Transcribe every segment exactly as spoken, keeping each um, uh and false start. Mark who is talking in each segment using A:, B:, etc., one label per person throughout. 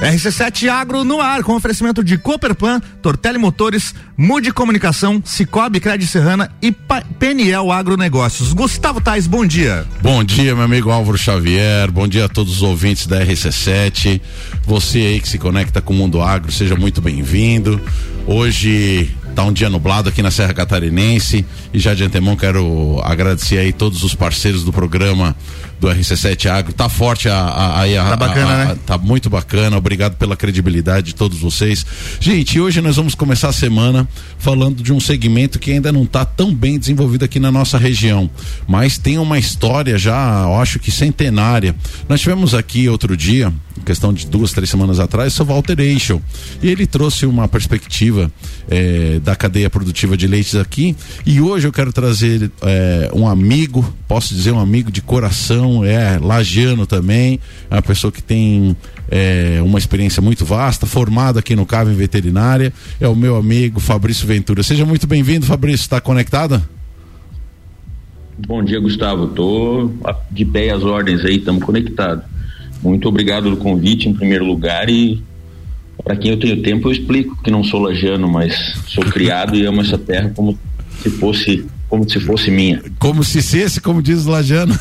A: R C sete Agro no ar, com oferecimento de Cooperplan, Tortelli Motores, Mude Comunicação, Cicobi Crédito Serrana e pa- Peniel Agronegócios. Gustavo Tais, bom dia.
B: Bom dia, meu amigo Álvaro Xavier, bom dia a todos os ouvintes da R C sete, você aí que se conecta com o Mundo Agro, seja muito bem-vindo. Hoje tá um dia nublado aqui na Serra Catarinense e já de antemão quero agradecer aí todos os parceiros do programa do R C sete Agro. Tá forte a, a, a, a
A: tá bacana,
B: a, a,
A: né?
B: Tá muito bacana, obrigado pela credibilidade de todos vocês. Gente, hoje nós vamos começar a semana falando de um segmento que ainda não tá tão bem desenvolvido aqui na nossa região, mas tem uma história já, eu acho que centenária. Nós tivemos aqui outro dia, questão de duas, três semanas atrás, o Walter Eichel, e ele trouxe uma perspectiva eh, da cadeia produtiva de leites aqui, e hoje eu quero trazer eh, um amigo, posso dizer um amigo de coração, é lagiano também, é uma pessoa que tem é, uma experiência muito vasta, formado aqui no C A V em veterinária, é o meu amigo Fabrício Ventura. Seja muito bem-vindo, Fabrício, está conectado?
C: Bom dia, Gustavo, tô de pé às ordens aí, estamos conectados. Muito obrigado pelo convite em primeiro lugar, e para quem eu tenho tempo eu explico que não sou lagiano, mas sou criado e amo essa terra como se fosse como se fosse minha.
B: Como se fosse, como diz o lagiano.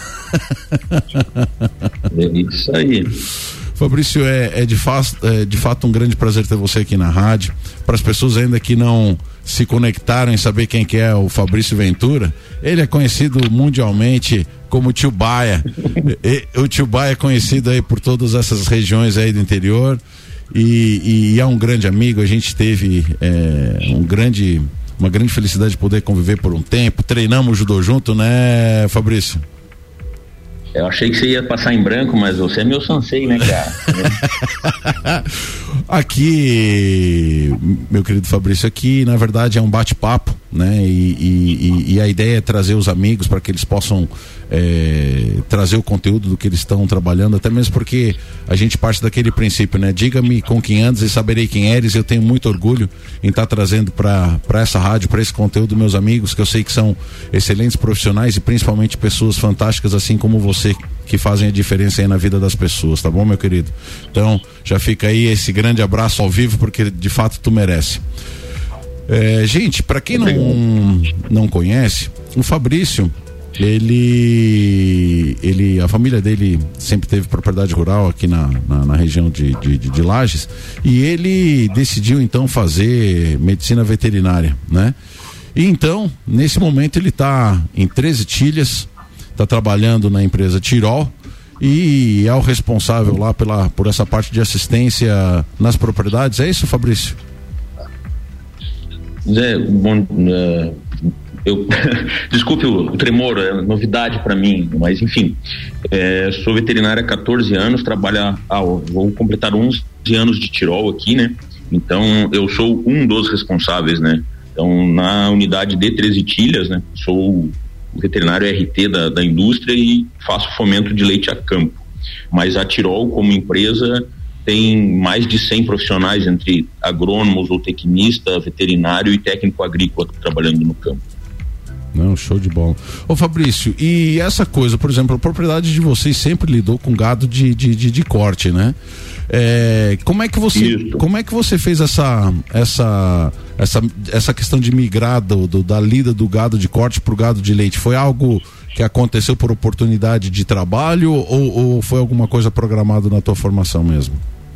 C: É isso aí.
B: Fabrício, é, é, de fa- é de fato um grande prazer ter você aqui na rádio. Para as pessoas ainda que não se conectaram em saber quem que é o Fabrício Ventura, ele é conhecido mundialmente como Tio Baia. E, o Tio Baia é conhecido aí por todas essas regiões aí do interior e, e é um grande amigo. A gente teve é, um grande, uma grande felicidade de poder conviver por um tempo. Treinamos judô junto, né, Fabrício?
C: Eu achei que você ia passar em branco, mas você é meu sensei, né, cara?
B: Aqui, meu querido Fabrício, aqui na verdade é um bate-papo, né? E, e, e a ideia é trazer os amigos para que eles possam é, trazer o conteúdo do que eles estão trabalhando, até mesmo porque a gente parte daquele princípio, né? Diga-me com quem andas e saberei quem eres. Eu tenho muito orgulho em estar tá trazendo para para essa rádio, para esse conteúdo, meus amigos, que eu sei que são excelentes profissionais e principalmente pessoas fantásticas, assim como você, que fazem a diferença aí na vida das pessoas, tá bom, meu querido? Então, já fica aí esse grande abraço ao vivo, porque de fato tu merece. É, gente, para quem não, não conhece, o Fabrício, ele, ele, a família dele sempre teve propriedade rural aqui na, na, na região de, de, de, de Lages, e ele decidiu então fazer medicina veterinária, né? E então, nesse momento ele está em treze Tilhas, está trabalhando na empresa Tirol e é o responsável lá pela, por essa parte de assistência nas propriedades. É isso, Fabrício?
C: Zé, bom, uh, eu desculpe o, o tremor, é novidade para mim, mas enfim, é, sou veterinário há catorze anos, trabalho, ah, vou completar onze anos de Tirol aqui, né? Então eu sou um dos responsáveis, né? Então na unidade de treze Tilhas, né? Sou o veterinário R T da, da indústria e faço fomento de leite a campo. Mas a Tirol, como empresa, tem mais de cem profissionais, entre agrônomos, zootecnista, veterinário e técnico agrícola trabalhando no campo.
B: Não, show de bola. Ô Fabrício, e essa coisa, por exemplo, a propriedade de vocês sempre lidou com gado de, de, de, de corte, né? É, como é que você Isso. como é que você fez essa essa essa, essa questão de migrar do, do, da lida do gado de corte pro gado de leite? Foi algo que aconteceu por oportunidade de trabalho ou, ou foi alguma coisa programada na tua formação mesmo?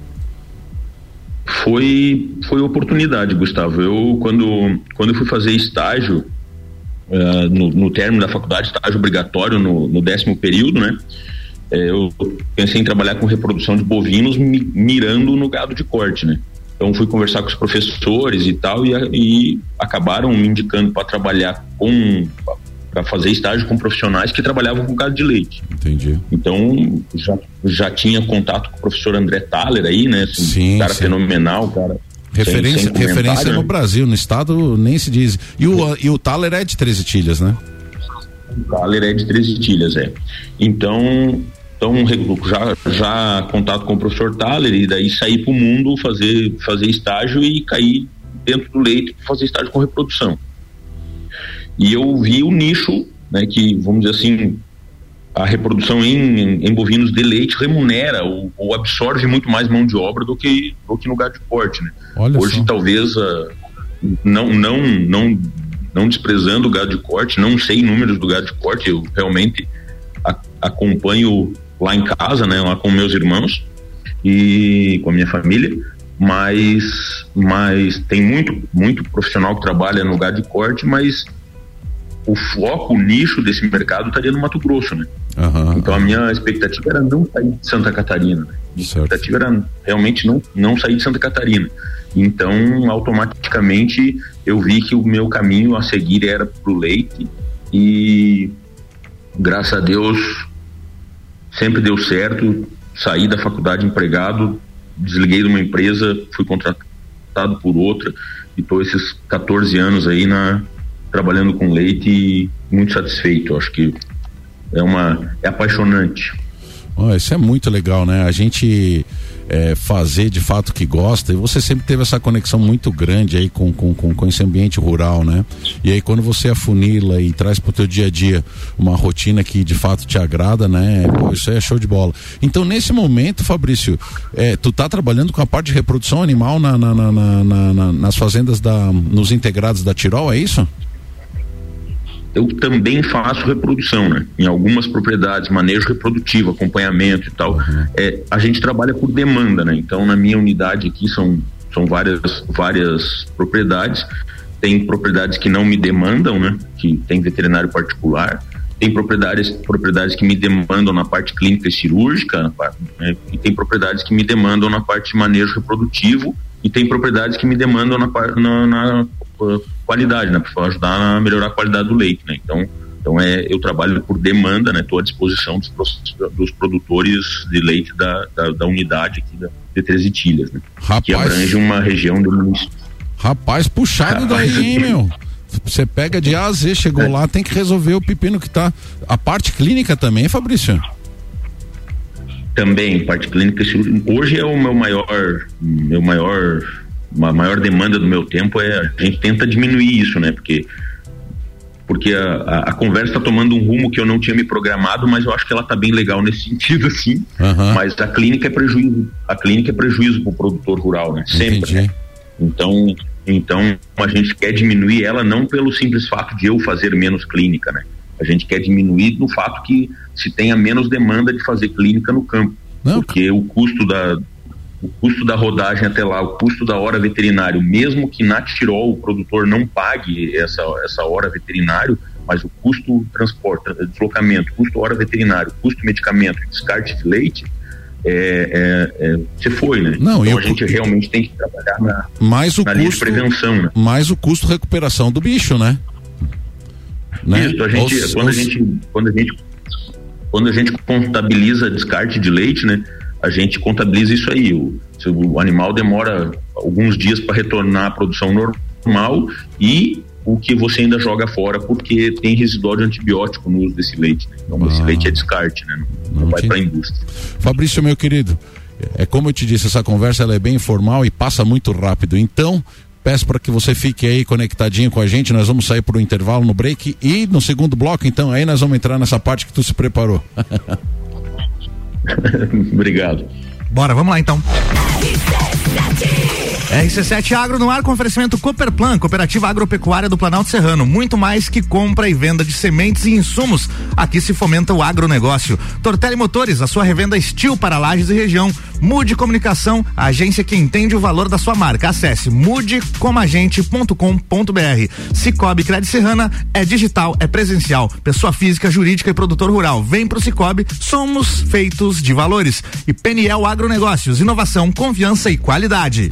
C: Foi foi oportunidade, Gustavo. Eu quando quando eu fui fazer estágio uh, no, no término da faculdade, estágio obrigatório no, no décimo período, né? Eu pensei em trabalhar com reprodução de bovinos mirando no gado de corte, né? Então fui conversar com os professores e tal e, e acabaram me indicando para trabalhar com para fazer estágio com profissionais que trabalhavam com gado de leite.
B: Entendi.
C: Então já, já tinha contato com o professor André Thaler aí, né? Assim,
B: sim,
C: um cara
B: sim.
C: fenomenal, cara.
B: Referência,
C: sem, sem
B: referência
C: né?
B: no Brasil, no estado nem se diz. E o, e o Thaler é de treze Tilhas, né?
C: O Thaler é de treze Tilhas, é. Então, então já, já contato com o professor Thaler e daí sair pro mundo, fazer, fazer estágio e cair dentro do leite, fazer estágio com reprodução. E eu vi o nicho, né, que vamos dizer assim, a reprodução em, em bovinos de leite remunera ou, ou absorve muito mais mão de obra do que, do que no gado de corte, né?
B: Olha
C: Hoje
B: só.
C: talvez uh, não, não, não, não desprezando o gado de corte, não sei números do gado de corte, eu realmente a, acompanho lá em casa, né, lá com meus irmãos e com a minha família, mas, mas tem muito, muito profissional que trabalha no gado de corte, mas o foco, o nicho desse mercado estaria no Mato Grosso, né?
B: Uhum.
C: Então a minha expectativa era não sair de Santa Catarina, né? A minha
B: Certo.
C: expectativa era realmente não, não sair de Santa Catarina. Então, automaticamente, eu vi que o meu caminho a seguir era pro leite e, graças a Deus, sempre deu certo. Saí da faculdade empregado, desliguei de uma empresa, fui contratado por outra e tô esses quatorze anos aí na, trabalhando com leite e muito satisfeito. Acho que é uma, é apaixonante.
B: Oh, isso é muito legal, né? A gente é, fazer de fato o que gosta, e você sempre teve essa conexão muito grande aí com, com, com, com esse ambiente rural, né? E aí quando você afunila e traz pro teu dia a dia uma rotina que de fato te agrada, né? Pô, isso aí é show de bola. Então nesse momento, Fabrício, é, tu tá trabalhando com a parte de reprodução animal na, na, na, na, na, nas fazendas da, nos integrados da Tirol, é isso?
C: Eu também faço reprodução, né? Em algumas propriedades, manejo reprodutivo, acompanhamento e tal. Uhum. É, a gente trabalha por demanda, né? Então, na minha unidade aqui são, são várias, várias propriedades. Tem propriedades que não me demandam, né? Que tem veterinário particular. Tem propriedades, propriedades que me demandam na parte clínica e cirúrgica, né? E tem propriedades que me demandam na parte de manejo reprodutivo. E tem propriedades que me demandam na, na, na qualidade, né, para ajudar a melhorar a qualidade do leite, né? Então, então é, eu trabalho por demanda, né? Estou à disposição dos, dos produtores de leite da, da, da unidade aqui da, de Três Itilhas, né?
B: Rapaz,
C: que abrange uma região do município.
B: Rapaz, puxado Rapaz, daí, hein, meu? Você pega de A a Z, chegou é. lá, tem que resolver o pepino que tá. A parte clínica também, Fabrício?
C: Também, parte clínica. Hoje é o meu maior, meu maior, a maior demanda do meu tempo é a gente tenta diminuir isso, né? Porque, porque a, a, a conversa está tomando um rumo que eu não tinha me programado, mas eu acho que ela tá bem legal nesse sentido, assim. Uhum. Mas a clínica é prejuízo, a clínica é prejuízo pro produtor rural, né? Sempre. Né? Então, então a gente quer diminuir ela não pelo simples fato de eu fazer menos clínica, né? A gente quer diminuir no fato que se tenha menos demanda de fazer clínica no campo. Não. Porque o custo da o custo da rodagem até lá, o custo da hora veterinário, mesmo que na Tirol o produtor não pague essa, essa hora veterinário, mas o custo transporte, deslocamento, custo hora veterinário, custo medicamento, descarte de leite, é, é, é, você foi, né?
B: Não,
C: então
B: a
C: gente realmente tem que trabalhar na,
B: mais o
C: na
B: custo,
C: linha de prevenção, né?
B: Mais o custo de recuperação do bicho, né?
C: Né? Isso, a gente, os, quando, os... A gente, quando, a gente, quando a gente contabiliza descarte de leite, né? A gente contabiliza isso aí. O, se o animal demora alguns dias para retornar à produção normal e o que você ainda joga fora porque tem residual de antibiótico no uso desse leite. Né? Então, ah, esse leite é descarte, né? Não, não vai para a indústria.
B: Fabrício, meu querido, é como eu te disse, essa conversa ela é bem informal e passa muito rápido. Então, peço para que você fique aí conectadinho com a gente. Nós vamos sair para o intervalo no break e no segundo bloco, então, aí nós vamos entrar nessa parte que tu se preparou.
C: Obrigado.
A: Bora, vamos lá então. R C sete Agro no ar com oferecimento Cooperplan, Cooperativa Agropecuária do Planalto Serrano. Muito mais que compra e venda de sementes e insumos. Aqui se fomenta o agronegócio. Tortelli Motores, a sua revenda Estil para Lages e região. Mude Comunicação, a agência que entende o valor da sua marca. Acesse mude comagente ponto com ponto b r. Cicobi Crédito Serrana é digital, é presencial. Pessoa física, jurídica e produtor rural. Vem pro Cicobi, somos feitos de valores. E Peniel Agronegócios, inovação, confiança e qualidade.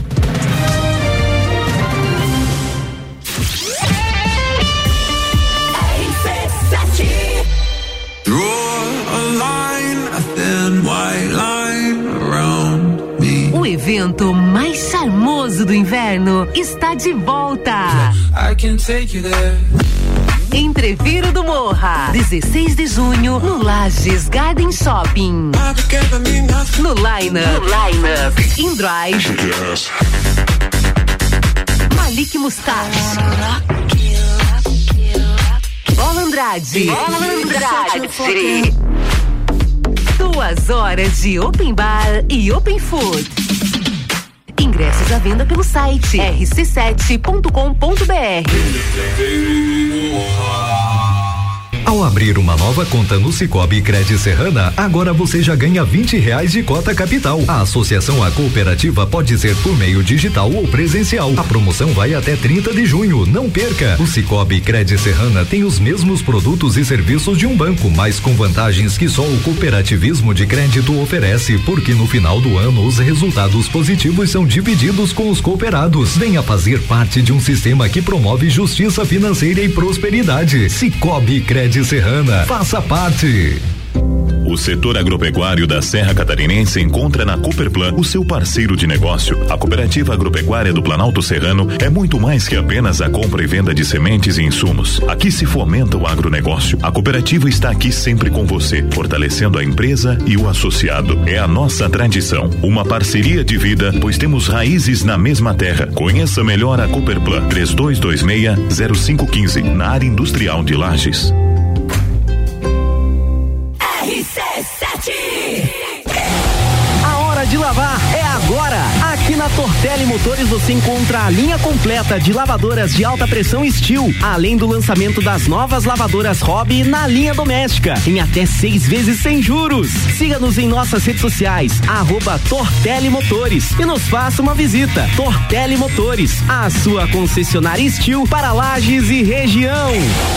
D: O evento mais charmoso do inverno está de volta. Entreviro do Morra, dezesseis de junho, no Lages Garden Shopping. No line-up, no line-up, In Drive, yes. Malik Mustache, Bola Andrade, Bola Andrade, Duas horas de Open Bar e Open Food. Ingressos à venda pelo site r c sete ponto com ponto b r.
E: Ao abrir uma nova conta no Sicoob Cred Serrana, agora você já ganha vinte reais de cota capital. A associação à cooperativa pode ser por meio digital ou presencial. A promoção vai até trinta de junho. Não perca! O Sicoob Cred Serrana tem os mesmos produtos e serviços de um banco, mas com vantagens que só o cooperativismo de crédito oferece, porque no final do ano os resultados positivos são divididos com os cooperados. Venha fazer parte de um sistema que promove justiça financeira e prosperidade. Sicoob Cred Serrana, faça parte.
F: O setor agropecuário da Serra Catarinense encontra na Cooperplan o seu parceiro de negócio. A Cooperativa Agropecuária do Planalto Serrano é muito mais que apenas a compra e venda de sementes e insumos. Aqui se fomenta o agronegócio. A cooperativa está aqui sempre com você, fortalecendo a empresa e o associado. É a nossa tradição, uma parceria de vida, pois temos raízes na mesma terra. Conheça melhor a Cooperplan, três dois dois seis, zero cinco um cinco, na área industrial de Lages.
D: R C sete.
G: A hora de lavar é agora. Aqui na Tortelli Motores você encontra a linha completa de lavadoras de alta pressão Steel, além do lançamento das novas lavadoras Hobby na linha doméstica, em até seis vezes sem juros. Siga-nos em nossas redes sociais, arroba Tortelli Motores, e nos faça uma visita. Tortelli Motores, a sua concessionária Steel para Lages e região.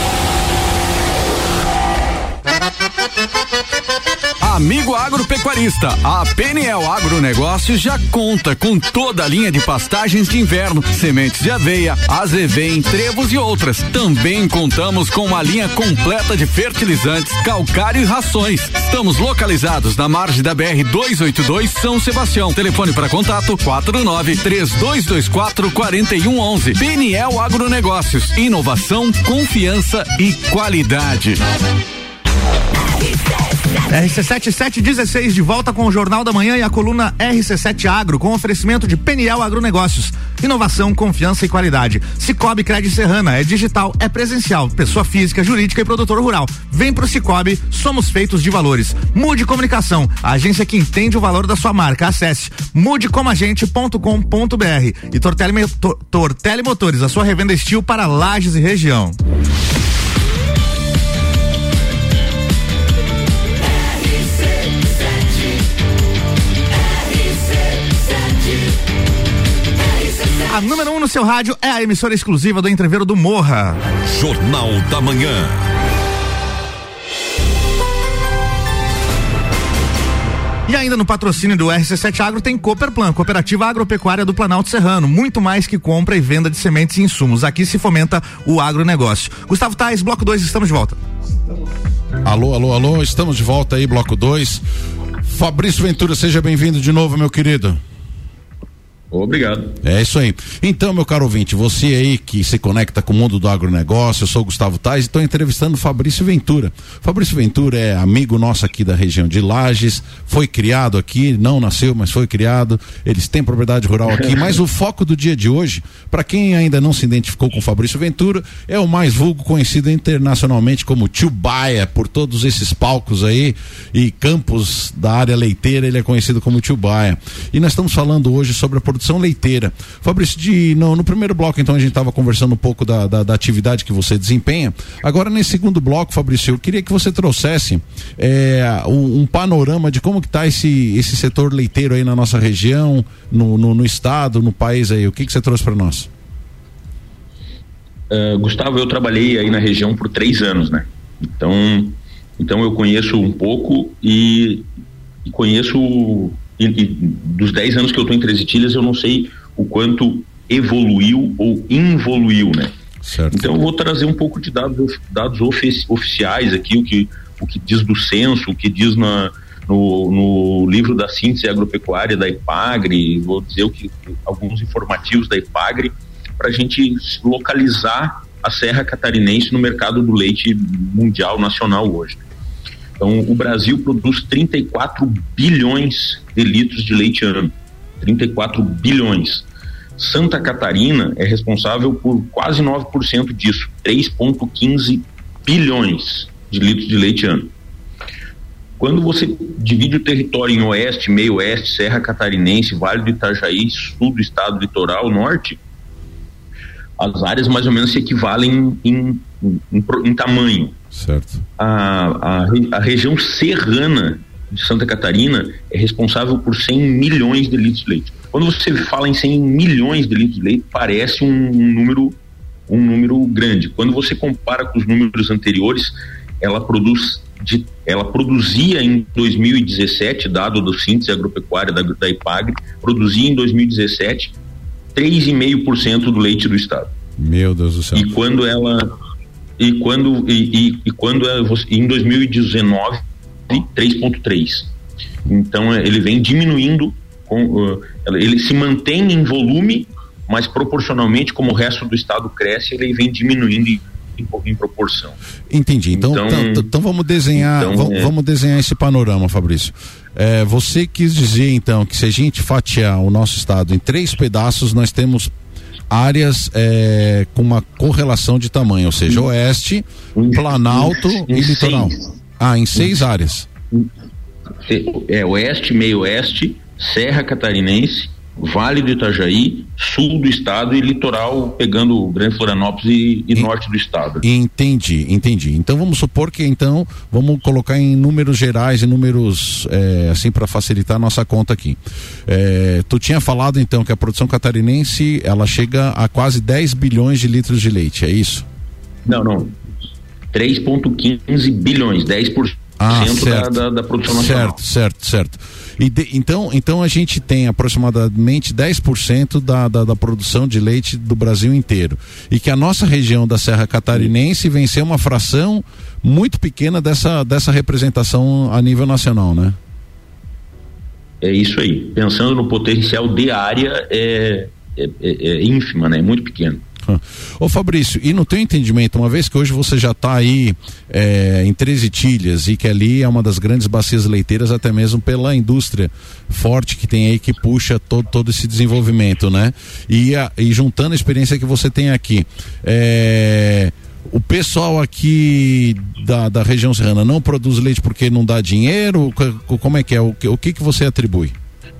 H: Amigo agropecuarista, a Peniel Agronegócios já conta com toda a linha de pastagens de inverno, sementes de aveia, azevém, trevos e outras. Também contamos com uma linha completa de fertilizantes, calcário e rações. Estamos localizados na margem da B R duzentos e oitenta e dois São Sebastião. Telefone para contato quatro nove três dois dois quatro quatro um um um. Peniel Agronegócios, inovação, confiança e qualidade.
A: R C sete sete dezesseis de volta com o Jornal da Manhã e a coluna R C sete Agro, com oferecimento de Peniel Agronegócios. Inovação, confiança e qualidade. Sicoob Cred Serrana, é digital, é presencial, pessoa física, jurídica e produtor rural. Vem pro Sicoob, somos feitos de valores. Mude Comunicação, a agência que entende o valor da sua marca. Acesse mude como agente ponto com ponto b r. E Tortelli, to, Tortelli Motores, a sua revenda Steel para Lages e região. A número um no seu rádio é a emissora exclusiva do Entreveiro do Morra.
F: Jornal da Manhã.
A: E ainda no patrocínio do R C sete Agro tem Cooperplan, Cooperativa Agropecuária do Planalto Serrano. Muito mais que compra e venda de sementes e insumos. Aqui se fomenta o agronegócio. Gustavo Tais, Bloco dois, estamos de volta.
B: Alô, alô, alô, estamos de volta aí, Bloco dois. Fabrício Ventura, seja bem-vindo de novo, meu querido.
C: Obrigado.
B: É isso aí. Então, meu caro ouvinte, você aí que se conecta com o mundo do agronegócio, eu sou o Gustavo Tais e estou entrevistando o Fabrício Ventura. Fabrício Ventura é amigo nosso aqui da região de Lages, foi criado aqui, não nasceu, mas foi criado. Eles têm propriedade rural aqui, mas o foco do dia de hoje, para quem ainda não se identificou com o Fabrício Ventura, é o mais vulgo conhecido internacionalmente como Tio Baia, por todos esses palcos aí e campos da área leiteira, ele é conhecido como Tio Baia. E nós estamos falando hoje sobre a produção leiteira. Fabrício, de, no, no primeiro bloco, então, a gente estava conversando um pouco da, da, da atividade que você desempenha. Agora, nesse segundo bloco, Fabrício, eu queria que você trouxesse é, um, um panorama de como que está esse, esse setor leiteiro aí na nossa região, no, no, no estado, no país aí. O que que você trouxe para nós?
C: Uh, Gustavo, eu trabalhei aí na região por três anos, né? Então, então eu conheço um pouco e, e conheço... E, e dos dez anos que eu estou em Três Itilhas, eu não sei o quanto evoluiu ou involuiu, né?
B: Certo.
C: Então eu vou trazer um pouco de dados, dados ofici- oficiais aqui, o que, o que diz do censo, o que diz na, no, no livro da síntese agropecuária da Epagre, vou dizer o que, alguns informativos da Epagre, para a gente localizar a Serra Catarinense no mercado do leite mundial, nacional hoje. Então, o Brasil produz trinta e quatro bilhões de litros de leite ano. trinta e quatro bilhões. Santa Catarina é responsável por quase nove por cento disso, três vírgula quinze bilhões de litros de leite ano. Quando você divide o território em oeste, meio oeste, Serra Catarinense, Vale do Itajaí, sul do estado, litoral, norte, as áreas mais ou menos se equivalem em, em, em, em tamanho.
B: Certo.
C: A, a, a região serrana de Santa Catarina é responsável por cem milhões de litros de leite. Quando você fala em cem milhões de litros de leite, parece um, um número um número grande. Quando você compara com os números anteriores, ela produz de, ela produzia em dois mil e dezessete, dado do Síntese Agropecuária da, da IPAGRE, produzia em dois mil e dezessete três vírgula cinco por cento do leite do estado.
B: Meu Deus do céu.
C: E quando ela e quando e, e, e quando ela, em dois mil e dezenove três vírgula três. Então ele vem diminuindo, com, uh, ele se mantém em volume, mas proporcionalmente, como o resto do estado cresce, ele vem diminuindo em, em, em proporção.
B: Entendi. Então, então, então, então vamos desenhar, então, vamos, é... vamos desenhar esse panorama, Fabrício. É, você quis dizer então que se a gente fatiar o nosso estado em três pedaços, nós temos áreas é, com uma correlação de tamanho, ou seja, oeste, Planalto em, em e litoral. Seis. Ah, em seis em, áreas.
C: É oeste, meio oeste, Serra Catarinense, Vale do Itajaí, sul do estado e litoral, pegando Grande Florianópolis e, e norte do estado.
B: Entendi, entendi. Então vamos supor que então vamos colocar em números gerais, em números é, assim para facilitar a nossa conta aqui. É, tu tinha falado então que a produção catarinense ela chega a quase dez bilhões de litros de leite, é isso?
C: Não, não. três vírgula quinze bilhões, dez por cento
B: ah,
C: da, da, da produção nacional.
B: Certo, certo, certo. E de, então, então a gente tem aproximadamente dez por cento da, da, da produção de leite do Brasil inteiro. E que a nossa região da Serra Catarinense vem ser uma fração muito pequena dessa, dessa representação a nível nacional, né?
C: É isso aí. Pensando no potencial de área, é, é, é, é ínfima, né? É muito pequeno.
B: Ô Fabrício, e no teu entendimento, uma vez que hoje você já está aí é, em Três Itilhas e que ali é uma das grandes bacias leiteiras, até mesmo pela indústria forte que tem aí, que puxa todo, todo esse desenvolvimento, né? E, a, e juntando a experiência que você tem aqui, é, o pessoal aqui da, da região serrana não produz leite porque não dá dinheiro? Como é que é? O, o que que você atribui?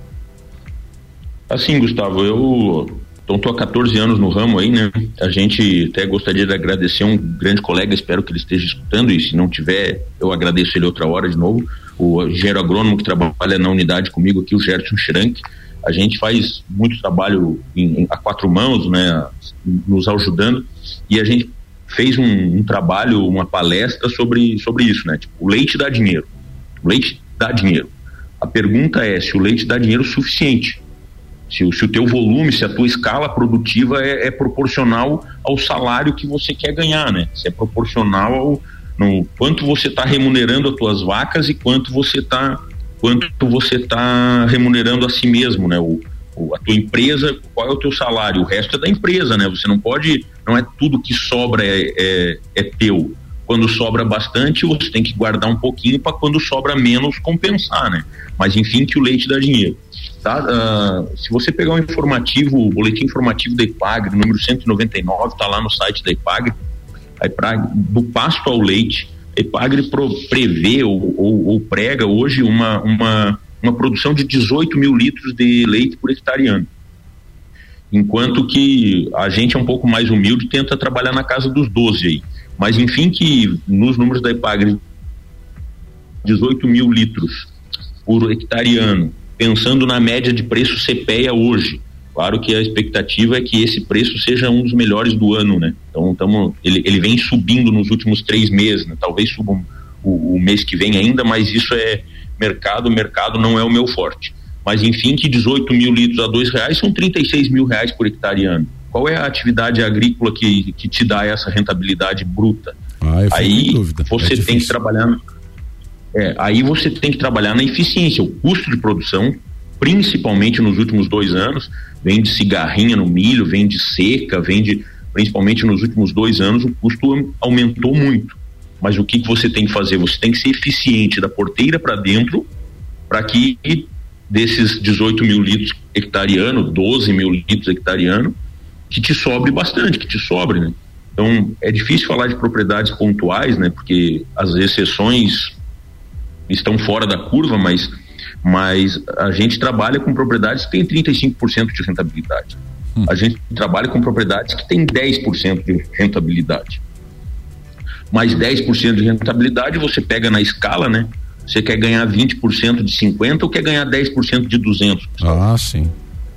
C: Assim, Gustavo, eu... Então, estou há quatorze anos no ramo aí, né? A gente até gostaria de agradecer um grande colega, espero que ele esteja escutando, e se não tiver, eu agradeço ele outra hora de novo, o engenheiro agrônomo que trabalha na unidade comigo aqui, o Gerson Schrank. A gente faz muito trabalho em, em, a quatro mãos, né? Nos ajudando, e a gente fez um, um trabalho, uma palestra sobre, sobre isso, né? Tipo, o leite dá dinheiro. O leite dá dinheiro. A pergunta é se o leite dá dinheiro suficiente. Se o, se o teu volume, se a tua escala produtiva é, é proporcional ao salário que você quer ganhar, né? Se é proporcional ao no, quanto você está remunerando as tuas vacas e quanto você está quanto você está remunerando a si mesmo, né? O, o, a tua empresa, qual é o teu salário? O resto é da empresa, né? Você não pode, não é tudo que sobra é, é, é teu. Quando sobra bastante, você tem que guardar um pouquinho para quando sobra menos compensar, né? Mas enfim, que o leite dá dinheiro. Tá? Uh, se você pegar o informativo, o boletim informativo da IPAGRE, número cento e noventa e nove, está lá no site da IPAGRE, a IPAGRE, do pasto ao leite, a IPAGRE pro, prevê ou, ou, ou prega hoje uma, uma, uma produção de dezoito mil litros de leite por hectare ano. Enquanto que a gente é um pouco mais humilde e tenta trabalhar na casa dos doze aí. Mas enfim, que nos números da IPAGRE, dezoito mil litros por hectare ano, pensando na média de preço C P E A hoje. Claro que a expectativa é que esse preço seja um dos melhores do ano, né? Então, tamo, ele, ele vem subindo nos últimos três meses, né? Talvez suba um, o, o mês que vem ainda, mas isso é mercado, mercado não é o meu forte. Mas enfim, que dezoito mil litros a dois reais são trinta e seis mil reais por hectare ano. Qual é a atividade agrícola que, que te dá essa rentabilidade bruta?
B: Ah, eu
C: aí
B: dúvida.
C: você é tem que trabalhar... É, aí você tem que trabalhar na eficiência. O custo de produção, principalmente nos últimos dois anos, vem de cigarrinha no milho, vem de seca, vem de, principalmente nos últimos dois anos, o custo aumentou muito. Mas o que, que você tem que fazer? Você tem que ser eficiente da porteira para dentro, para que desses dezoito mil litros hectare ano, doze mil litros hectare ano, que te sobre bastante, que te sobre, né? Então, é difícil falar de propriedades pontuais, né? Porque as exceções estão fora da curva, mas, mas a gente trabalha com propriedades que têm trinta e cinco por cento de rentabilidade. Hum. A gente trabalha com propriedades que têm dez por cento de rentabilidade. Mais dez por cento de rentabilidade você pega na escala, né? Você quer ganhar vinte por cento de cinquenta ou quer ganhar dez por cento de duzentos?
B: Ah, sim.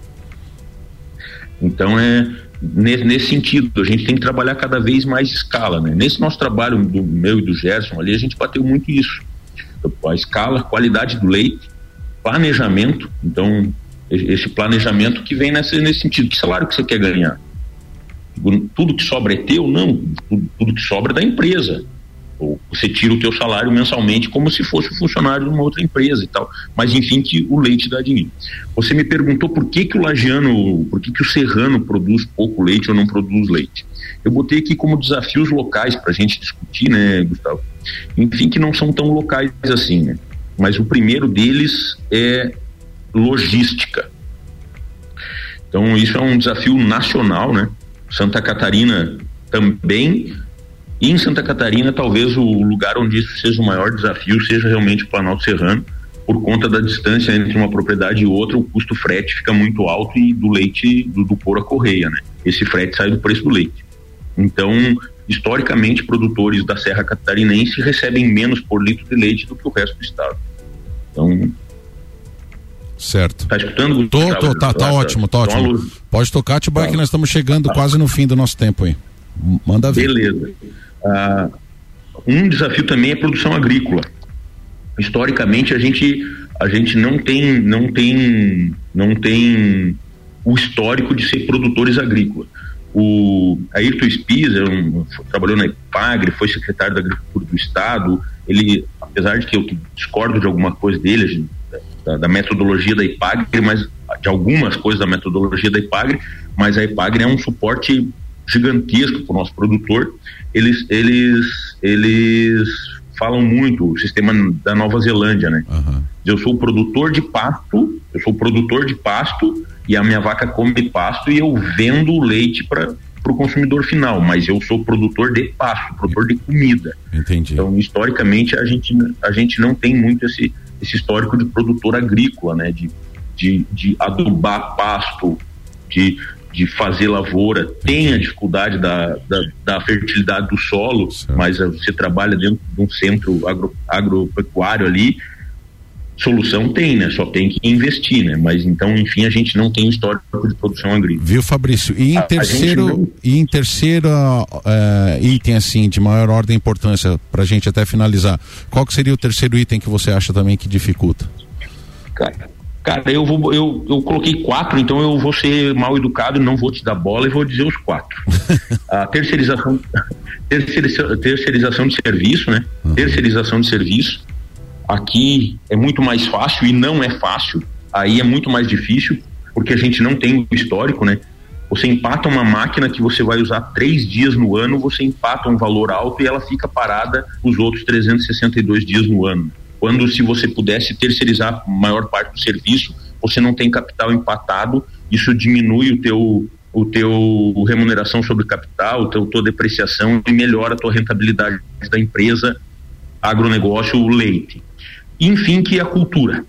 C: Então é nesse, nesse sentido, a gente tem que trabalhar cada vez mais escala, né? Nesse nosso trabalho do meu e do Gerson ali, a gente bateu muito isso. A escala, qualidade do leite, planejamento. Então, esse planejamento que vem nesse, nesse sentido. Que salário que você quer ganhar? Tudo que sobra é teu? Não, tudo, tudo que sobra é da empresa. Ou você tira o teu salário mensalmente como se fosse funcionário de uma outra empresa e tal, mas enfim, que o leite dá dinheiro. Você me perguntou por que que o lagiano, por que que o serrano produz pouco leite ou não produz leite. Eu botei aqui como desafios locais pra gente discutir, né, Gustavo? Enfim, que não são tão locais assim, né? Mas o primeiro deles é logística. Então isso é um desafio nacional, né? Santa Catarina também. E em Santa Catarina, talvez o lugar onde isso seja o maior desafio seja realmente o Planalto Serrano, por conta da distância entre uma propriedade e outra, o custo frete fica muito alto e do leite, do, do couro a correia, né? Esse frete sai do preço do leite. Então, historicamente, produtores da Serra Catarinense recebem menos por litro de leite do que o resto do estado. Então...
B: Certo.
C: Tá escutando?
B: Tô, tô, tá, tá ótimo, tá ótimo. Pode tocar, Tibai, que nós estamos chegando tá. quase no fim do nosso tempo aí. Manda ver.
C: Beleza. Ah, um desafio também é a produção agrícola. Historicamente a gente a gente não tem não tem não tem o histórico de ser produtores agrícolas. O Ayrton Spies um, trabalhou na Ipagre, foi secretário da Agricultura do Estado. Ele, apesar de que eu discordo de alguma coisa dele, da, da metodologia da Ipagre, mas de algumas coisas da metodologia da Ipagre, mas a Ipagre é um suporte gigantesco para o nosso produtor. Eles, eles, eles falam muito o sistema da Nova Zelândia, né? Uhum. Eu sou produtor de pasto, eu sou produtor de pasto e a minha vaca come pasto e eu vendo o leite para o consumidor final, mas eu sou produtor de pasto, produtor de comida.
B: Entendi.
C: Então, historicamente, a gente, a gente não tem muito esse, esse histórico de produtor agrícola, né? De, de, de adubar pasto, de de fazer lavoura. Tem a dificuldade da, da, da fertilidade do solo, certo. Mas você trabalha dentro de um centro agro, agropecuário ali, solução tem, né? Só tem que investir, né? Mas então, enfim, a gente não tem um histórico de produção agrícola.
B: Viu, Fabrício? E em a, terceiro, a não... e em terceiro uh, item, assim, de maior ordem de importância, pra gente até finalizar, qual que seria o terceiro item que você acha também que dificulta?
C: Cara, Cara, eu vou, eu, eu coloquei quatro, então eu vou ser mal educado, não vou te dar bola e vou dizer os quatro. A terceirização, terceirização, terceirização de serviço, né? Uhum. Terceirização de serviço. Aqui é muito mais fácil e não é fácil. Aí é muito mais difícil, porque a gente não tem o histórico, né? Você empata uma máquina que você vai usar três dias no ano, você empata um valor alto e ela fica parada os outros trezentos e sessenta e dois dias no ano. Quando, se você pudesse terceirizar a maior parte do serviço, você não tem capital empatado, isso diminui o teu, o teu remuneração sobre capital, o teu, tua depreciação e melhora a tua rentabilidade da empresa, agronegócio, o leite. Enfim, que a cultura.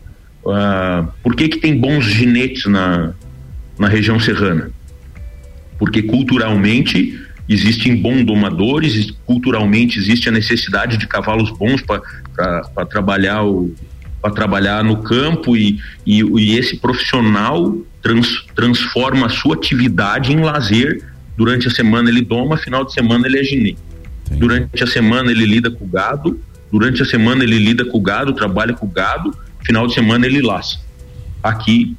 C: Uh, por que que tem bons ginetes na, na região serrana? Porque culturalmente existem bons domadores, culturalmente existe a necessidade de cavalos bons para trabalhar o para trabalhar no campo e, e, e esse profissional trans, transforma a sua atividade em lazer. Durante a semana ele doma, final de semana ele é ginete. Durante a semana ele lida com o gado, durante a semana ele lida com o gado, trabalha com o gado, final de semana ele laça. Aqui,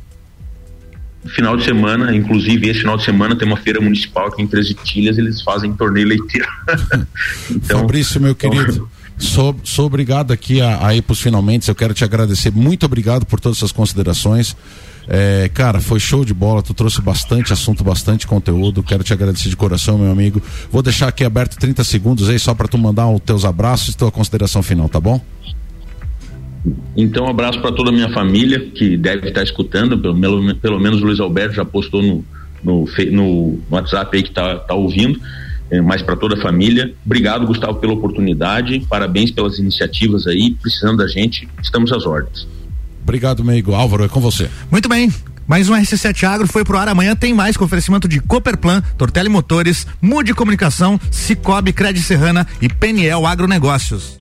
C: final de semana, inclusive esse final de semana tem uma feira municipal aqui em Três Itilhas, eles fazem torneio leiteiro.
B: Então, Fabrício, meu querido, sou, sou obrigado aqui a, a ir pros finalmente, eu quero te agradecer, muito obrigado por todas essas considerações. É, cara, foi show de bola, tu trouxe bastante assunto, bastante conteúdo, quero te agradecer de coração, meu amigo. Vou deixar aqui aberto trinta segundos aí só para tu mandar os teus abraços e tua consideração final, tá bom?
C: Então, um abraço para toda a minha família que deve estar escutando, pelo, pelo menos o Luiz Alberto já postou no, no, no WhatsApp aí que tá, tá ouvindo. mas para toda a família. Obrigado, Gustavo, pela oportunidade, parabéns pelas iniciativas aí, precisando da gente, estamos às ordens.
B: Obrigado, Meigo. Álvaro, é com você.
A: Muito bem. Mais um R C sete Agro foi pro ar. Amanhã tem mais com oferecimento de Cooperplan, Tortelli Motores, Mude Comunicação, Cicobi, Cred Serrana e Peniel Agronegócios.